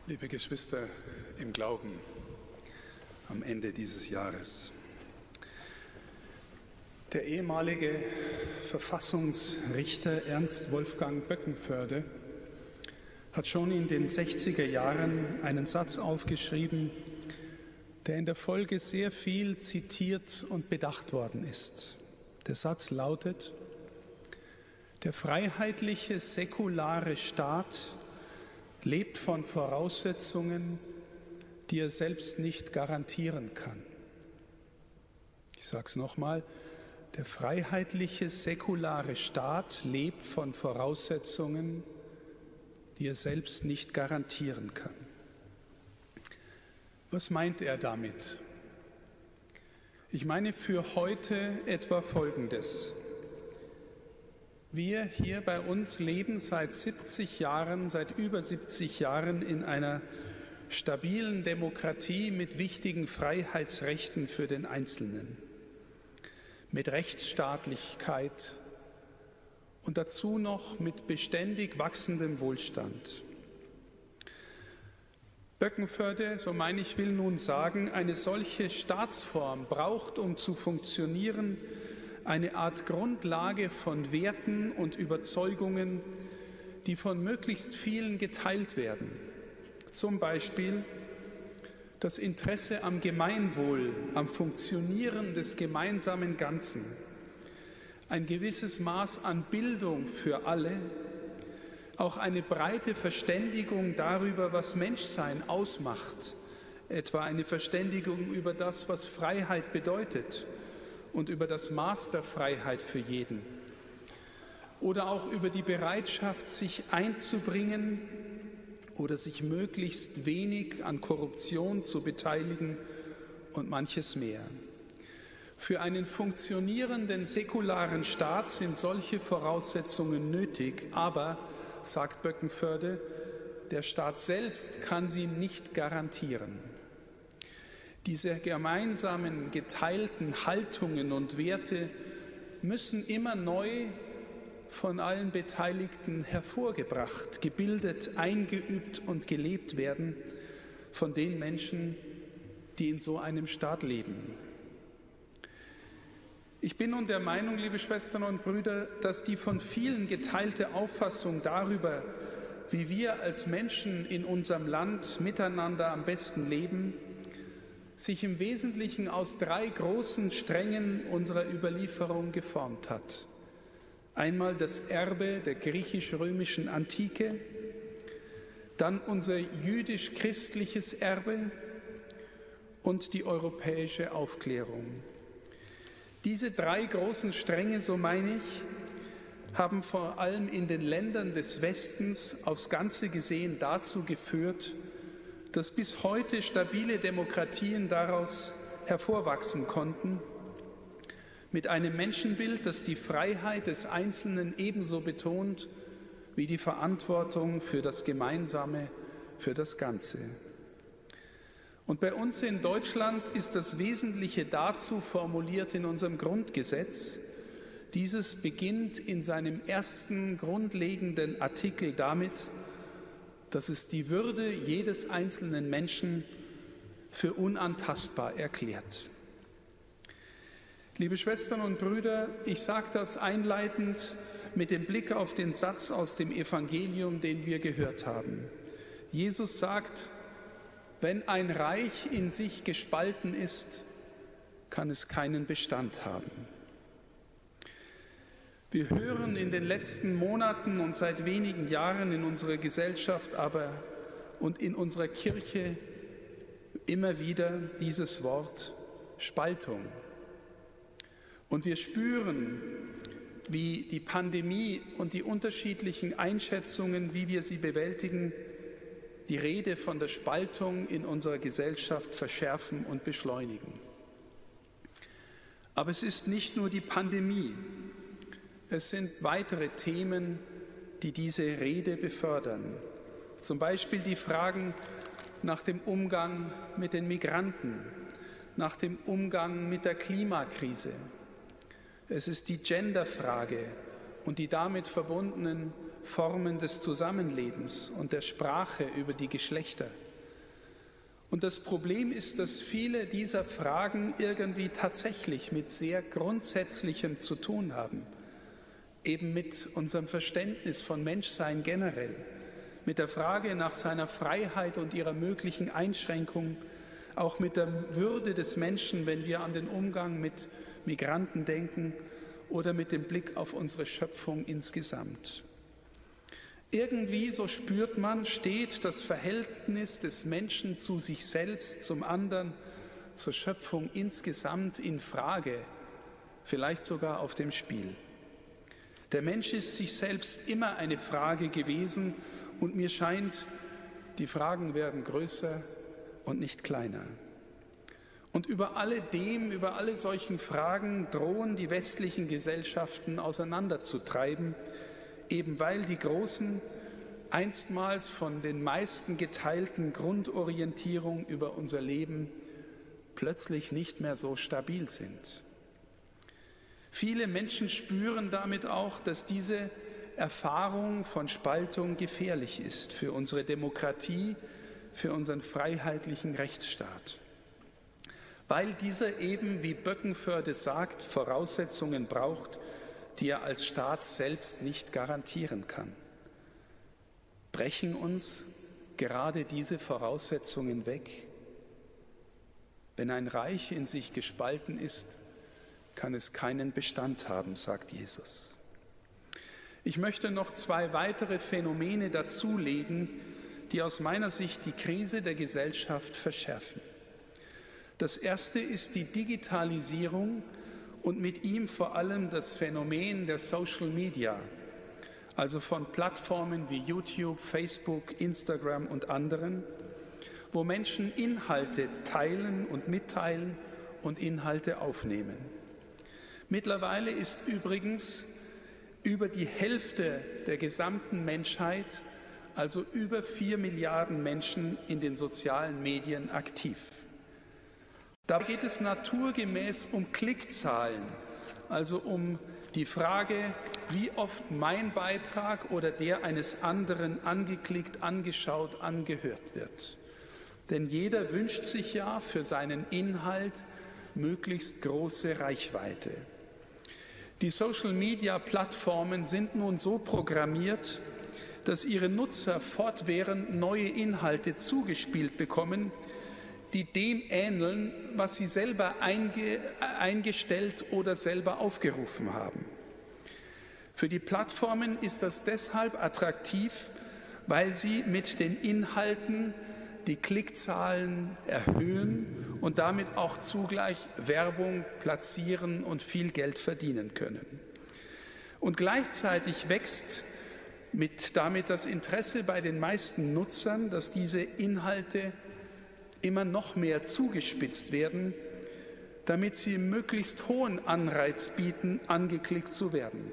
Liebe Geschwister im Glauben am Ende dieses Jahres. Der ehemalige Verfassungsrichter Ernst Wolfgang Böckenförde hat schon in den 60er Jahren einen Satz aufgeschrieben, der in der Folge sehr viel zitiert und bedacht worden ist. Der Satz lautet: Der freiheitliche, säkulare Staat lebt von Voraussetzungen, die er selbst nicht garantieren kann. Ich sage es nochmal: Der freiheitliche, säkulare Staat lebt von Voraussetzungen, die er selbst nicht garantieren kann. Was meint er damit? Ich meine für heute etwa Folgendes. Wir hier bei uns leben seit über 70 Jahren in einer stabilen Demokratie mit wichtigen Freiheitsrechten für den Einzelnen, mit Rechtsstaatlichkeit und dazu noch mit beständig wachsendem Wohlstand. Böckenförde, so meine ich, will nun sagen, eine solche Staatsform braucht, um zu funktionieren, eine Art Grundlage von Werten und Überzeugungen, die von möglichst vielen geteilt werden. Zum Beispiel das Interesse am Gemeinwohl, am Funktionieren des gemeinsamen Ganzen, ein gewisses Maß an Bildung für alle, auch eine breite Verständigung darüber, was Menschsein ausmacht, etwa eine Verständigung über das, was Freiheit bedeutet und über das Maß der Freiheit für jeden. Oder auch über die Bereitschaft, sich einzubringen oder sich möglichst wenig an Korruption zu beteiligen und manches mehr. Für einen funktionierenden säkularen Staat sind solche Voraussetzungen nötig, aber, sagt Böckenförde, der Staat selbst kann sie nicht garantieren. Diese gemeinsamen, geteilten Haltungen und Werte müssen immer neu von allen Beteiligten hervorgebracht, gebildet, eingeübt und gelebt werden von den Menschen, die in so einem Staat leben. Ich bin nun der Meinung, liebe Schwestern und Brüder, dass die von vielen geteilte Auffassung darüber, wie wir als Menschen in unserem Land miteinander am besten leben, sich im Wesentlichen aus 3 großen Strängen unserer Überlieferung geformt hat. Einmal das Erbe der griechisch-römischen Antike, dann unser jüdisch-christliches Erbe und die europäische Aufklärung. Diese 3 großen Stränge, so meine ich, haben vor allem in den Ländern des Westens aufs Ganze gesehen dazu geführt, dass bis heute stabile Demokratien daraus hervorwachsen konnten, mit einem Menschenbild, das die Freiheit des Einzelnen ebenso betont wie die Verantwortung für das Gemeinsame, für das Ganze. Und bei uns in Deutschland ist das Wesentliche dazu formuliert in unserem Grundgesetz. Dieses beginnt in seinem ersten grundlegenden Artikel damit, dass es die Würde jedes einzelnen Menschen für unantastbar erklärt. Liebe Schwestern und Brüder, ich sage das einleitend mit dem Blick auf den Satz aus dem Evangelium, den wir gehört haben. Jesus sagt: Wenn ein Reich in sich gespalten ist, kann es keinen Bestand haben. Wir hören in den letzten Monaten und seit wenigen Jahren in unserer Gesellschaft und in unserer Kirche immer wieder dieses Wort Spaltung. Und wir spüren, wie die Pandemie und die unterschiedlichen Einschätzungen, wie wir sie bewältigen, die Rede von der Spaltung in unserer Gesellschaft verschärfen und beschleunigen. Aber es ist nicht nur die Pandemie, es sind weitere Themen, die diese Rede befördern. Zum Beispiel die Fragen nach dem Umgang mit den Migranten, nach dem Umgang mit der Klimakrise. Es ist die Genderfrage und die damit verbundenen Formen des Zusammenlebens und der Sprache über die Geschlechter. Und das Problem ist, dass viele dieser Fragen irgendwie tatsächlich mit sehr Grundsätzlichem zu tun haben. Eben mit unserem Verständnis von Menschsein generell, mit der Frage nach seiner Freiheit und ihrer möglichen Einschränkung, auch mit der Würde des Menschen, wenn wir an den Umgang mit Migranten denken oder mit dem Blick auf unsere Schöpfung insgesamt. Irgendwie, so spürt man, steht das Verhältnis des Menschen zu sich selbst, zum anderen, zur Schöpfung insgesamt in Frage, vielleicht sogar auf dem Spiel. Der Mensch ist sich selbst immer eine Frage gewesen und mir scheint, die Fragen werden größer und nicht kleiner. Und über alle solchen Fragen drohen die westlichen Gesellschaften auseinanderzutreiben, eben weil die großen, einstmals von den meisten geteilten Grundorientierungen über unser Leben plötzlich nicht mehr so stabil sind. Viele Menschen spüren damit auch, dass diese Erfahrung von Spaltung gefährlich ist für unsere Demokratie, für unseren freiheitlichen Rechtsstaat. Weil dieser eben, wie Böckenförde sagt, Voraussetzungen braucht, die er als Staat selbst nicht garantieren kann. Brechen uns gerade diese Voraussetzungen weg? Wenn ein Reich in sich gespalten ist, kann es keinen Bestand haben, sagt Jesus. Ich möchte noch 2 weitere Phänomene dazulegen, die aus meiner Sicht die Krise der Gesellschaft verschärfen. Das erste ist die Digitalisierung und mit ihm vor allem das Phänomen der Social Media, also von Plattformen wie YouTube, Facebook, Instagram und anderen, wo Menschen Inhalte teilen und mitteilen und Inhalte aufnehmen. Mittlerweile ist übrigens über die Hälfte der gesamten Menschheit, also über 4 Milliarden Menschen, in den sozialen Medien aktiv. Dabei geht es naturgemäß um Klickzahlen, also um die Frage, wie oft mein Beitrag oder der eines anderen angeklickt, angeschaut, angehört wird. Denn jeder wünscht sich ja für seinen Inhalt möglichst große Reichweite. Die Social-Media-Plattformen sind nun so programmiert, dass ihre Nutzer fortwährend neue Inhalte zugespielt bekommen, die dem ähneln, was sie selber eingestellt oder selber aufgerufen haben. Für die Plattformen ist das deshalb attraktiv, weil sie mit den Inhalten die Klickzahlen erhöhen und damit auch zugleich Werbung platzieren und viel Geld verdienen können. Und gleichzeitig wächst damit das Interesse bei den meisten Nutzern, dass diese Inhalte immer noch mehr zugespitzt werden, damit sie möglichst hohen Anreiz bieten, angeklickt zu werden.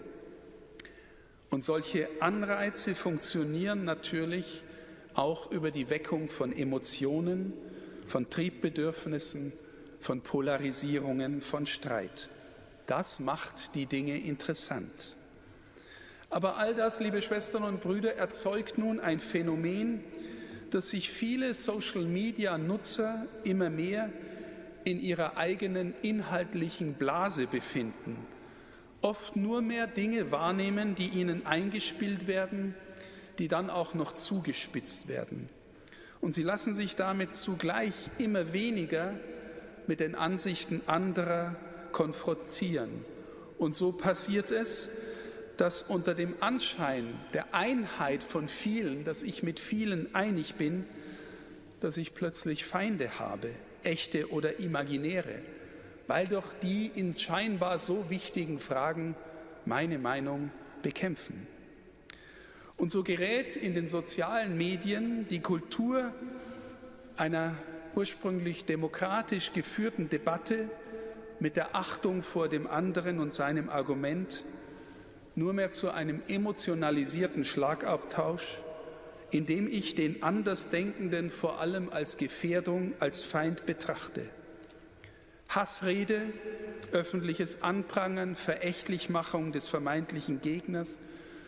Und solche Anreize funktionieren natürlich auch über die Weckung von Emotionen, von Triebbedürfnissen, von Polarisierungen, von Streit. Das macht die Dinge interessant. Aber all das, liebe Schwestern und Brüder, erzeugt nun ein Phänomen, dass sich viele Social-Media-Nutzer immer mehr in ihrer eigenen inhaltlichen Blase befinden, oft nur mehr Dinge wahrnehmen, die ihnen eingespielt werden, die dann auch noch zugespitzt werden. Und sie lassen sich damit zugleich immer weniger mit den Ansichten anderer konfrontieren. Und so passiert es, dass unter dem Anschein der Einheit von vielen, dass ich mit vielen einig bin, dass ich plötzlich Feinde habe, echte oder imaginäre, weil doch die in scheinbar so wichtigen Fragen meine Meinung bekämpfen. Und so gerät in den sozialen Medien die Kultur einer ursprünglich demokratisch geführten Debatte mit der Achtung vor dem anderen und seinem Argument nur mehr zu einem emotionalisierten Schlagabtausch, in dem ich den Andersdenkenden vor allem als Gefährdung, als Feind betrachte. Hassrede, öffentliches Anprangern, Verächtlichmachung des vermeintlichen Gegners,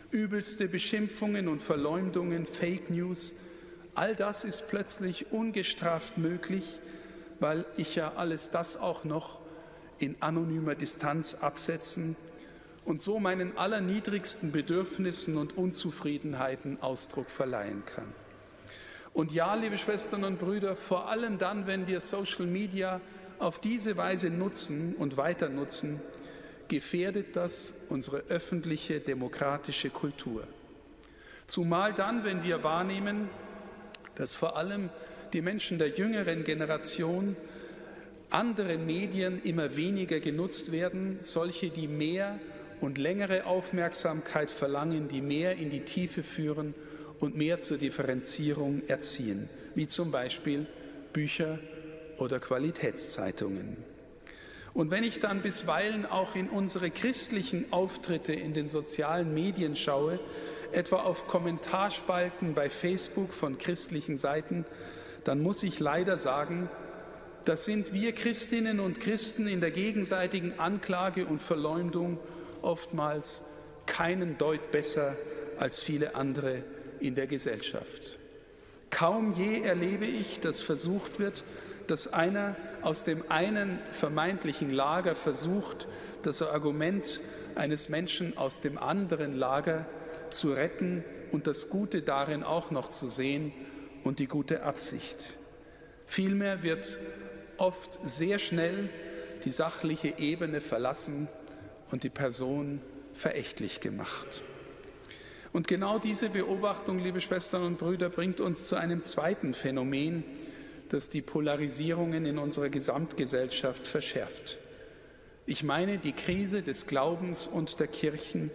Übelste Beschimpfungen und Verleumdungen, Fake News, all das ist plötzlich ungestraft möglich, weil ich ja alles das auch noch in anonymer Distanz absetzen und so meinen allerniedrigsten Bedürfnissen und Unzufriedenheiten Ausdruck verleihen kann. Und ja, liebe Schwestern und Brüder, vor allem dann, wenn wir Social Media auf diese Weise nutzen und weiter nutzen, gefährdet das unsere öffentliche demokratische Kultur. Zumal dann, wenn wir wahrnehmen, dass vor allem die Menschen der jüngeren Generation andere Medien immer weniger genutzt werden, solche, die mehr und längere Aufmerksamkeit verlangen, die mehr in die Tiefe führen und mehr zur Differenzierung erziehen, wie zum Beispiel Bücher oder Qualitätszeitungen. Und wenn ich dann bisweilen auch in unsere christlichen Auftritte in den sozialen Medien schaue, etwa auf Kommentarspalten bei Facebook von christlichen Seiten, dann muss ich leider sagen, das sind wir Christinnen und Christen in der gegenseitigen Anklage und Verleumdung oftmals keinen Deut besser als viele andere in der Gesellschaft. Kaum je erlebe ich, dass versucht wird, dass einer aus dem einen vermeintlichen Lager versucht, das Argument eines Menschen aus dem anderen Lager zu retten und das Gute darin auch noch zu sehen und die gute Absicht. Vielmehr wird oft sehr schnell die sachliche Ebene verlassen und die Person verächtlich gemacht. Und genau diese Beobachtung, liebe Schwestern und Brüder, bringt uns zu einem zweiten Phänomen, das die Polarisierungen in unserer Gesamtgesellschaft verschärft. Ich meine die Krise des Glaubens und der Kirchen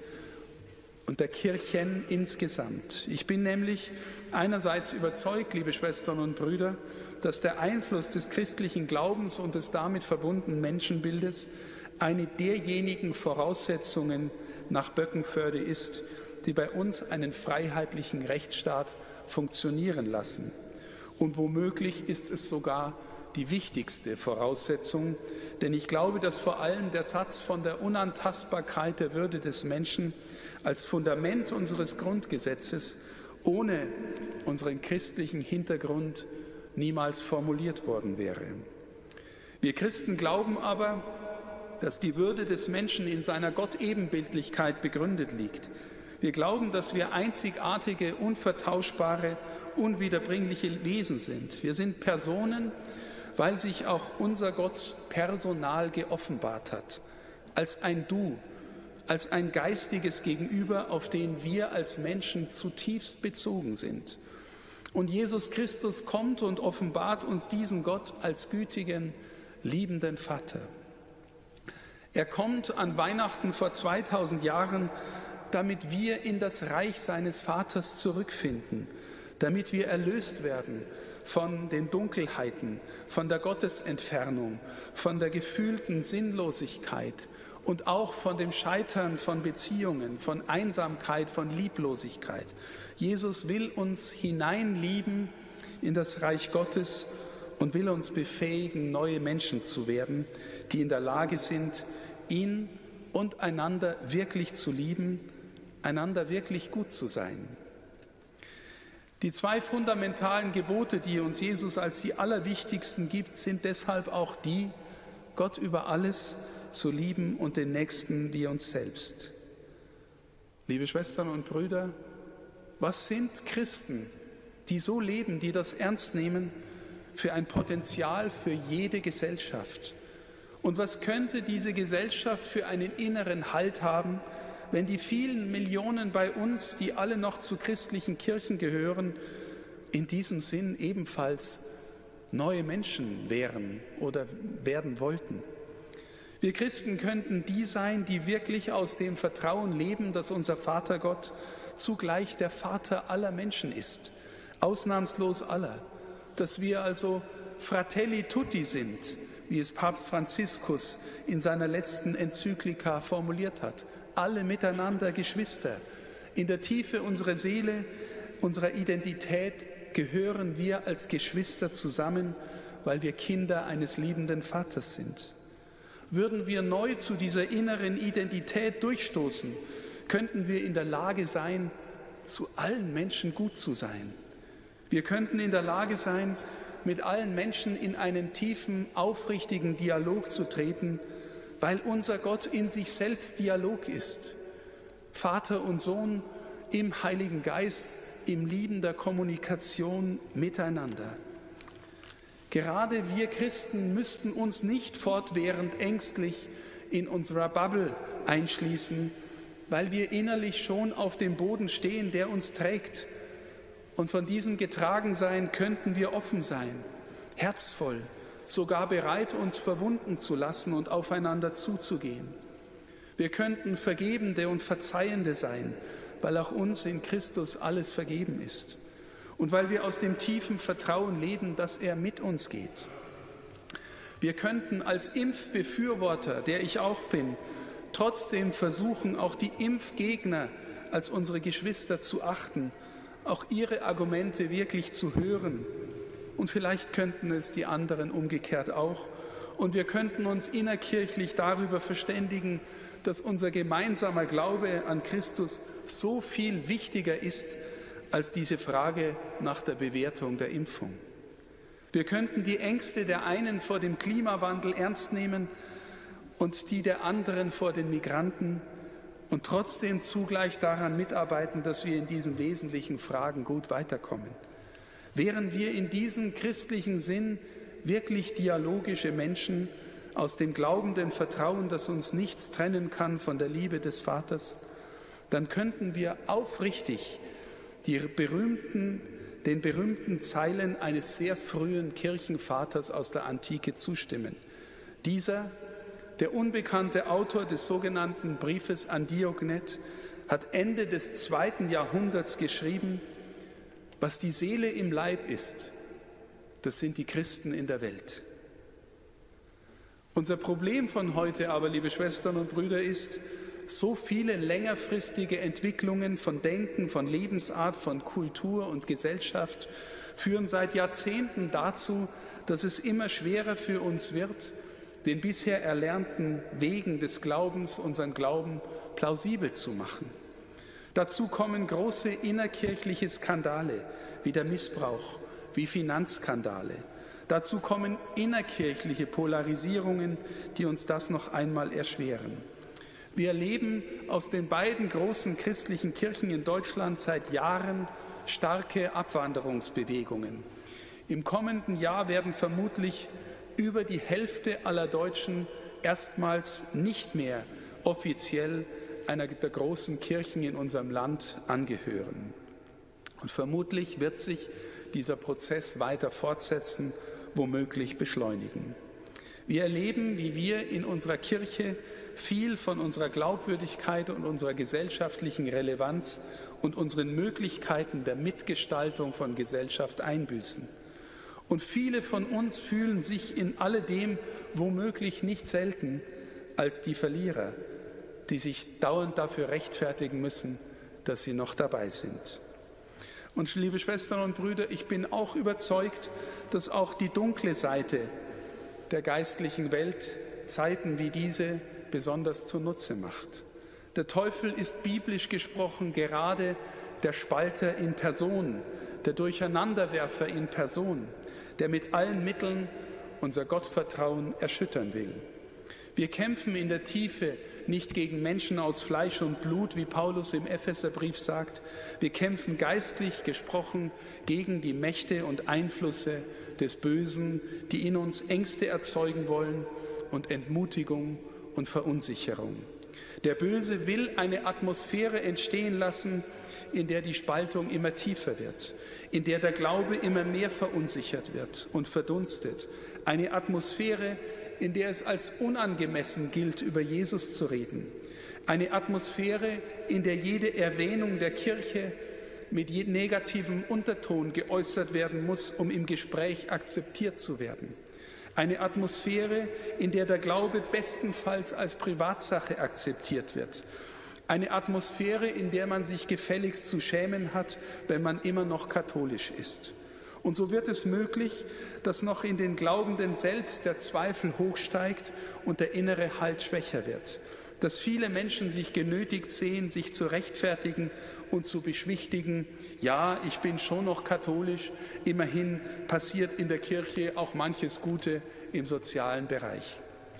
insgesamt. Ich bin nämlich einerseits überzeugt, liebe Schwestern und Brüder, dass der Einfluss des christlichen Glaubens und des damit verbundenen Menschenbildes eine derjenigen Voraussetzungen nach Böckenförde ist, die bei uns einen freiheitlichen Rechtsstaat funktionieren lassen. Und womöglich ist es sogar die wichtigste Voraussetzung, denn ich glaube, dass vor allem der Satz von der Unantastbarkeit der Würde des Menschen als Fundament unseres Grundgesetzes ohne unseren christlichen Hintergrund niemals formuliert worden wäre. Wir Christen glauben aber, dass die Würde des Menschen in seiner Gottebenbildlichkeit begründet liegt. Wir glauben, dass wir einzigartige, unvertauschbare, unwiederbringliche Wesen sind. Wir sind Personen, weil sich auch unser Gott personal geoffenbart hat, als ein Du, als ein geistiges Gegenüber, auf den wir als Menschen zutiefst bezogen sind. Und Jesus Christus kommt und offenbart uns diesen Gott als gütigen, liebenden Vater. Er kommt an Weihnachten vor 2000 Jahren, damit wir in das Reich seines Vaters zurückfinden, damit wir erlöst werden von den Dunkelheiten, von der Gottesentfernung, von der gefühlten Sinnlosigkeit und auch von dem Scheitern von Beziehungen, von Einsamkeit, von Lieblosigkeit. Jesus will uns hineinlieben in das Reich Gottes und will uns befähigen, neue Menschen zu werden, die in der Lage sind, ihn und einander wirklich zu lieben, einander wirklich gut zu sein. Die zwei fundamentalen Gebote, die uns Jesus als die allerwichtigsten gibt, sind deshalb auch die, Gott über alles zu lieben und den Nächsten wie uns selbst. Liebe Schwestern und Brüder, was sind Christen, die so leben, die das ernst nehmen, für ein Potenzial für jede Gesellschaft? Und was könnte diese Gesellschaft für einen inneren Halt haben, wenn die vielen Millionen bei uns, die alle noch zu christlichen Kirchen gehören, in diesem Sinn ebenfalls neue Menschen wären oder werden wollten? Wir Christen könnten die sein, die wirklich aus dem Vertrauen leben, dass unser Vater Gott zugleich der Vater aller Menschen ist, ausnahmslos aller, dass wir also Fratelli Tutti sind, wie es Papst Franziskus in seiner letzten Enzyklika formuliert hat. Alle miteinander Geschwister. In der Tiefe unserer Seele, unserer Identität gehören wir als Geschwister zusammen, weil wir Kinder eines liebenden Vaters sind. Würden wir neu zu dieser inneren Identität durchstoßen, könnten wir in der Lage sein, zu allen Menschen gut zu sein. Wir könnten in der Lage sein, mit allen Menschen in einen tiefen, aufrichtigen Dialog zu treten, weil unser Gott in sich selbst Dialog ist. Vater und Sohn im Heiligen Geist, in liebender Kommunikation miteinander. Gerade wir Christen müssten uns nicht fortwährend ängstlich in unserer Bubble einschließen, weil wir innerlich schon auf dem Boden stehen, der uns trägt. Und von diesem Getragensein könnten wir offen sein, herzvoll, sogar bereit, uns verwunden zu lassen und aufeinander zuzugehen. Wir könnten Vergebende und Verzeihende sein, weil auch uns in Christus alles vergeben ist und weil wir aus dem tiefen Vertrauen leben, dass er mit uns geht. Wir könnten als Impfbefürworter, der ich auch bin, trotzdem versuchen, auch die Impfgegner als unsere Geschwister zu achten, auch ihre Argumente wirklich zu hören. Und vielleicht könnten es die anderen umgekehrt auch. Und wir könnten uns innerkirchlich darüber verständigen, dass unser gemeinsamer Glaube an Christus so viel wichtiger ist als diese Frage nach der Bewertung der Impfung. Wir könnten die Ängste der einen vor dem Klimawandel ernst nehmen und die der anderen vor den Migranten und trotzdem zugleich daran mitarbeiten, dass wir in diesen wesentlichen Fragen gut weiterkommen. Wären wir in diesem christlichen Sinn wirklich dialogische Menschen aus dem glaubenden Vertrauen, dass uns nichts trennen kann von der Liebe des Vaters, dann könnten wir aufrichtig den berühmten Zeilen eines sehr frühen Kirchenvaters aus der Antike zustimmen. Dieser, der unbekannte Autor des sogenannten Briefes an Diognet, hat Ende des 2. Jahrhunderts geschrieben: Was die Seele im Leib ist, das sind die Christen in der Welt. Unser Problem von heute aber, liebe Schwestern und Brüder, ist, so viele längerfristige Entwicklungen von Denken, von Lebensart, von Kultur und Gesellschaft führen seit Jahrzehnten dazu, dass es immer schwerer für uns wird, den bisher erlernten Wegen des Glaubens, unseren Glauben plausibel zu machen. Dazu kommen große innerkirchliche Skandale wie der Missbrauch, wie Finanzskandale. Dazu kommen innerkirchliche Polarisierungen, die uns das noch einmal erschweren. Wir erleben aus den beiden großen christlichen Kirchen in Deutschland seit Jahren starke Abwanderungsbewegungen. Im kommenden Jahr werden vermutlich über die Hälfte aller Deutschen erstmals nicht mehr offiziell einer der großen Kirchen in unserem Land angehören. Und vermutlich wird sich dieser Prozess weiter fortsetzen, womöglich beschleunigen. Wir erleben, wie wir in unserer Kirche viel von unserer Glaubwürdigkeit und unserer gesellschaftlichen Relevanz und unseren Möglichkeiten der Mitgestaltung von Gesellschaft einbüßen. Und viele von uns fühlen sich in alledem womöglich nicht selten als die Verlierer, die sich dauernd dafür rechtfertigen müssen, dass sie noch dabei sind. Und liebe Schwestern und Brüder, ich bin auch überzeugt, dass auch die dunkle Seite der geistlichen Welt Zeiten wie diese besonders zunutze macht. Der Teufel ist biblisch gesprochen gerade der Spalter in Person, der Durcheinanderwerfer in Person, der mit allen Mitteln unser Gottvertrauen erschüttern will. Wir kämpfen in der Tiefe nicht gegen Menschen aus Fleisch und Blut, wie Paulus im Epheserbrief sagt. Wir kämpfen geistlich gesprochen gegen die Mächte und Einflüsse des Bösen, die in uns Ängste erzeugen wollen und Entmutigung und Verunsicherung. Der Böse will eine Atmosphäre entstehen lassen, in der die Spaltung immer tiefer wird, in der der Glaube immer mehr verunsichert wird und verdunstet. Eine Atmosphäre, in der es als unangemessen gilt, über Jesus zu reden. Eine Atmosphäre, in der jede Erwähnung der Kirche mit negativem Unterton geäußert werden muss, um im Gespräch akzeptiert zu werden. Eine Atmosphäre, in der der Glaube bestenfalls als Privatsache akzeptiert wird. Eine Atmosphäre, in der man sich gefälligst zu schämen hat, wenn man immer noch katholisch ist. Und so wird es möglich, dass noch in den Glaubenden selbst der Zweifel hochsteigt und der innere Halt schwächer wird. dass viele Menschen sich genötigt sehen, sich zu rechtfertigen und zu beschwichtigen. Ja, ich bin schon noch katholisch, immerhin passiert in der Kirche auch manches Gute im sozialen Bereich.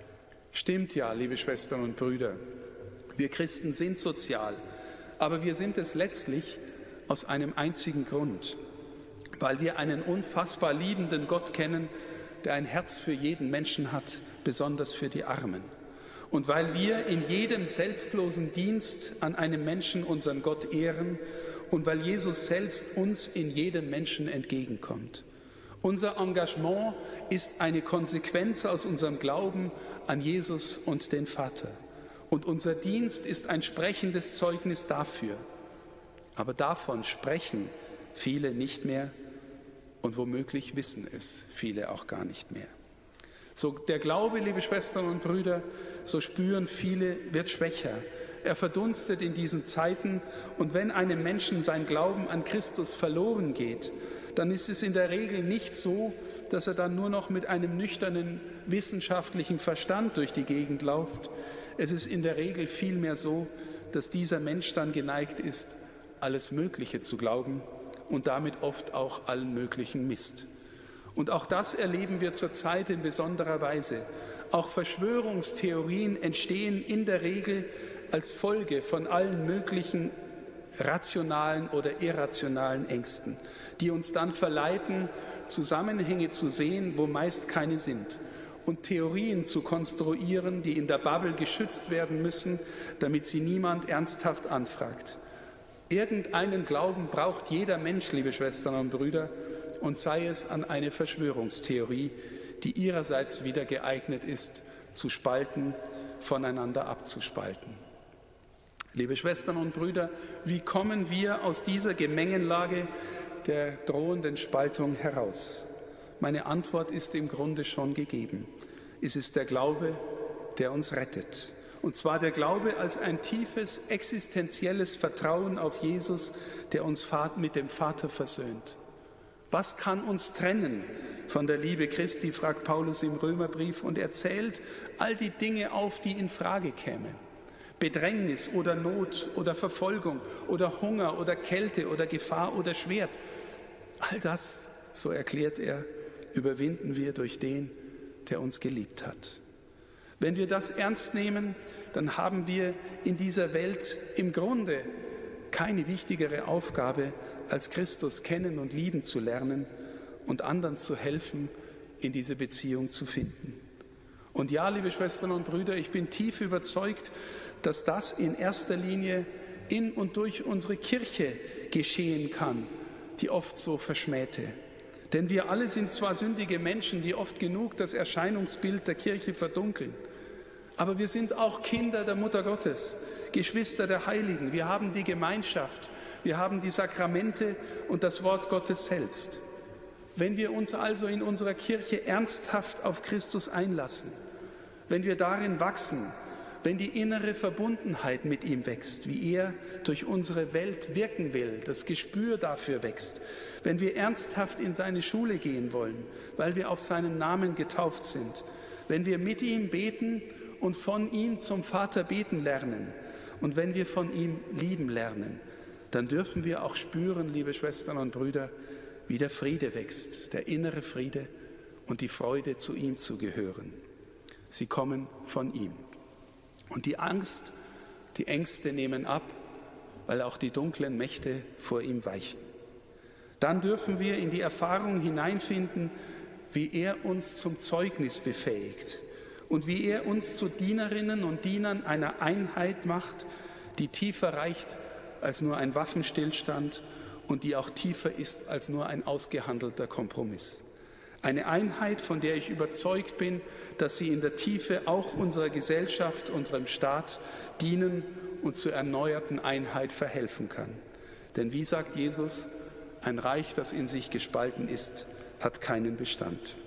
Stimmt ja, liebe Schwestern und Brüder, wir Christen sind sozial, aber wir sind es letztlich aus einem einzigen Grund, weil wir einen unfassbar liebenden Gott kennen, der ein Herz für jeden Menschen hat, besonders für die Armen. Und weil wir in jedem selbstlosen Dienst an einem Menschen unseren Gott ehren und weil Jesus selbst uns in jedem Menschen entgegenkommt. Unser Engagement ist eine Konsequenz aus unserem Glauben an Jesus und den Vater. Und unser Dienst ist ein sprechendes Zeugnis dafür. Aber davon sprechen viele nicht mehr und womöglich wissen es viele auch gar nicht mehr. So der Glaube, liebe Schwestern und Brüder, so spüren viele, wird schwächer. Er verdunstet in diesen Zeiten und wenn einem Menschen sein Glauben an Christus verloren geht, dann ist es in der Regel nicht so, dass er dann nur noch mit einem nüchternen wissenschaftlichen Verstand durch die Gegend läuft. Es ist in der Regel vielmehr so, dass dieser Mensch dann geneigt ist, alles Mögliche zu glauben und damit oft auch allen möglichen Mist. Und auch das erleben wir zurzeit in besonderer Weise. Auch Verschwörungstheorien entstehen in der Regel als Folge von allen möglichen rationalen oder irrationalen Ängsten, die uns dann verleiten, Zusammenhänge zu sehen, wo meist keine sind, und Theorien zu konstruieren, die in der Bubble geschützt werden müssen, damit sie niemand ernsthaft anfragt. Irgendeinen Glauben braucht jeder Mensch, liebe Schwestern und Brüder, und sei es an eine Verschwörungstheorie, die ihrerseits wieder geeignet ist, zu spalten, voneinander abzuspalten. Liebe Schwestern und Brüder, wie kommen wir aus dieser Gemengenlage der drohenden Spaltung heraus? Meine Antwort ist im Grunde schon gegeben. Es ist der Glaube, der uns rettet. Und zwar der Glaube als ein tiefes, existenzielles Vertrauen auf Jesus, der uns mit dem Vater versöhnt. Was kann uns trennen von der Liebe Christi, fragt Paulus im Römerbrief und er zählt all die Dinge auf, die in Frage kämen. Bedrängnis oder Not oder Verfolgung oder Hunger oder Kälte oder Gefahr oder Schwert. All das, so erklärt er, überwinden wir durch den, der uns geliebt hat. Wenn wir das ernst nehmen, dann haben wir in dieser Welt im Grunde keine wichtigere Aufgabe, als Christus kennen und lieben zu lernen und anderen zu helfen, in diese Beziehung zu finden. Und ja, liebe Schwestern und Brüder, ich bin tief überzeugt, dass das in erster Linie in und durch unsere Kirche geschehen kann, die oft so verschmähte. Denn wir alle sind zwar sündige Menschen, die oft genug das Erscheinungsbild der Kirche verdunkeln, aber wir sind auch Kinder der Mutter Gottes, Geschwister der Heiligen. Wir haben die Gemeinschaft, wir haben die Sakramente und das Wort Gottes selbst. Wenn wir uns also in unserer Kirche ernsthaft auf Christus einlassen, wenn wir darin wachsen, wenn die innere Verbundenheit mit ihm wächst, wie er durch unsere Welt wirken will, das Gespür dafür wächst, wenn wir ernsthaft in seine Schule gehen wollen, weil wir auf seinen Namen getauft sind, wenn wir mit ihm beten und von ihm zum Vater beten lernen und wenn wir von ihm lieben lernen, dann dürfen wir auch spüren, liebe Schwestern und Brüder, wie der Friede wächst, der innere Friede und die Freude, zu ihm zu gehören. Sie kommen von ihm. Und die Angst, die Ängste nehmen ab, weil auch die dunklen Mächte vor ihm weichen. Dann dürfen wir in die Erfahrung hineinfinden, wie er uns zum Zeugnis befähigt und wie er uns zu Dienerinnen und Dienern einer Einheit macht, die tiefer reicht als nur ein Waffenstillstand und die auch tiefer ist als nur ein ausgehandelter Kompromiss. Eine Einheit, von der ich überzeugt bin, dass sie in der Tiefe auch unserer Gesellschaft, unserem Staat dienen und zur erneuerten Einheit verhelfen kann. Denn wie sagt Jesus, ein Reich, das in sich gespalten ist, hat keinen Bestand.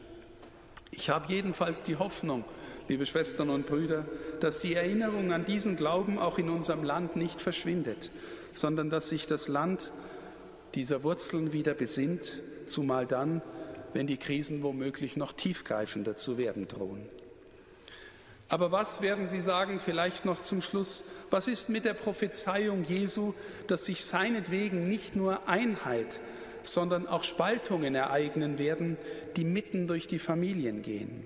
Ich habe jedenfalls die Hoffnung, liebe Schwestern und Brüder, dass die Erinnerung an diesen Glauben auch in unserem Land nicht verschwindet, sondern dass sich das Land dieser Wurzeln wieder besinnt, zumal dann, wenn die Krisen womöglich noch tiefgreifender zu werden drohen. Aber was werden Sie sagen, vielleicht noch zum Schluss, was ist mit der Prophezeiung Jesu, dass sich seinetwegen nicht nur Einheit, sondern auch Spaltungen ereignen werden, die mitten durch die Familien gehen?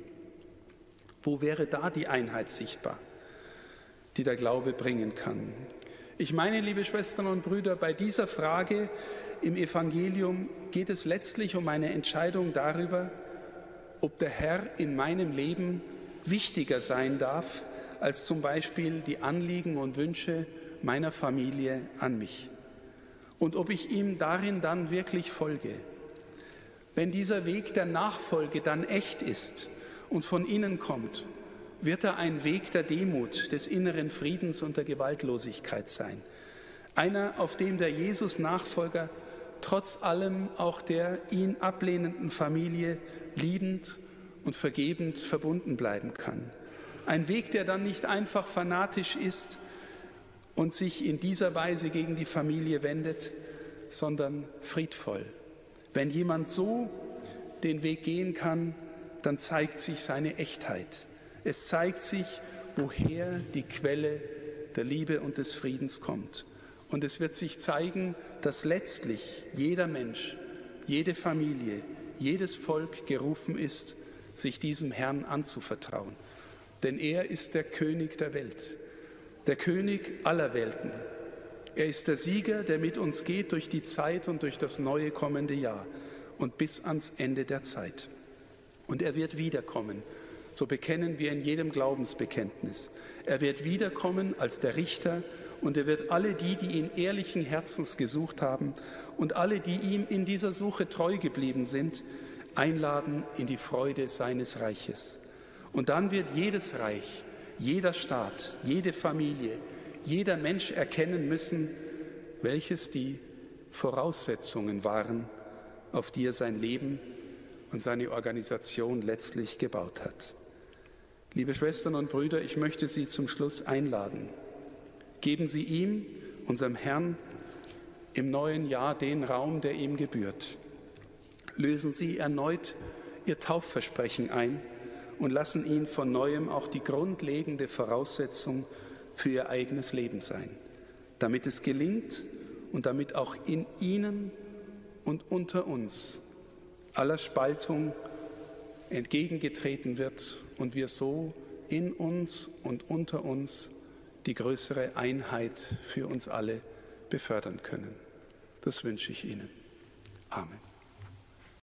Wo wäre da die Einheit sichtbar, die der Glaube bringen kann? Ich meine, liebe Schwestern und Brüder, bei dieser Frage im Evangelium geht es letztlich um eine Entscheidung darüber, ob der Herr in meinem Leben wichtiger sein darf als zum Beispiel die Anliegen und Wünsche meiner Familie an mich. Und ob ich ihm darin dann wirklich folge. Wenn dieser Weg der Nachfolge dann echt ist und von innen kommt, wird er ein Weg der Demut, des inneren Friedens und der Gewaltlosigkeit sein. Einer, auf dem der Jesus-Nachfolger trotz allem auch der ihn ablehnenden Familie liebend und vergebend verbunden bleiben kann. Ein Weg, der dann nicht einfach fanatisch ist und sich in dieser Weise gegen die Familie wendet, sondern friedvoll. Wenn jemand so den Weg gehen kann, dann zeigt sich seine Echtheit. Es zeigt sich, woher die Quelle der Liebe und des Friedens kommt. Und es wird sich zeigen, dass letztlich jeder Mensch, jede Familie, jedes Volk gerufen ist, sich diesem Herrn anzuvertrauen. Denn er ist der König der Welt, der König aller Welten. Er ist der Sieger, der mit uns geht durch die Zeit und durch das neue kommende Jahr und bis ans Ende der Zeit. Und er wird wiederkommen, so bekennen wir in jedem Glaubensbekenntnis. Er wird wiederkommen als der Richter und er wird alle die, die ihn ehrlichen Herzens gesucht haben und alle, die ihm in dieser Suche treu geblieben sind, einladen in die Freude seines Reiches. Und dann wird jedes Reich, jeder Staat, jede Familie, jeder Mensch erkennen müssen, welches die Voraussetzungen waren, auf die er sein Leben und seine Organisation letztlich gebaut hat. Liebe Schwestern und Brüder, ich möchte Sie zum Schluss einladen. Geben Sie ihm, unserem Herrn, im neuen Jahr den Raum, der ihm gebührt. Lösen Sie erneut Ihr Taufversprechen ein und lassen ihn von Neuem auch die grundlegende Voraussetzung für Ihr eigenes Leben sein, damit es gelingt und damit auch in Ihnen und unter uns aller Spaltung entgegengetreten wird und wir so in uns und unter uns die größere Einheit für uns alle befördern können. Das wünsche ich Ihnen. Amen.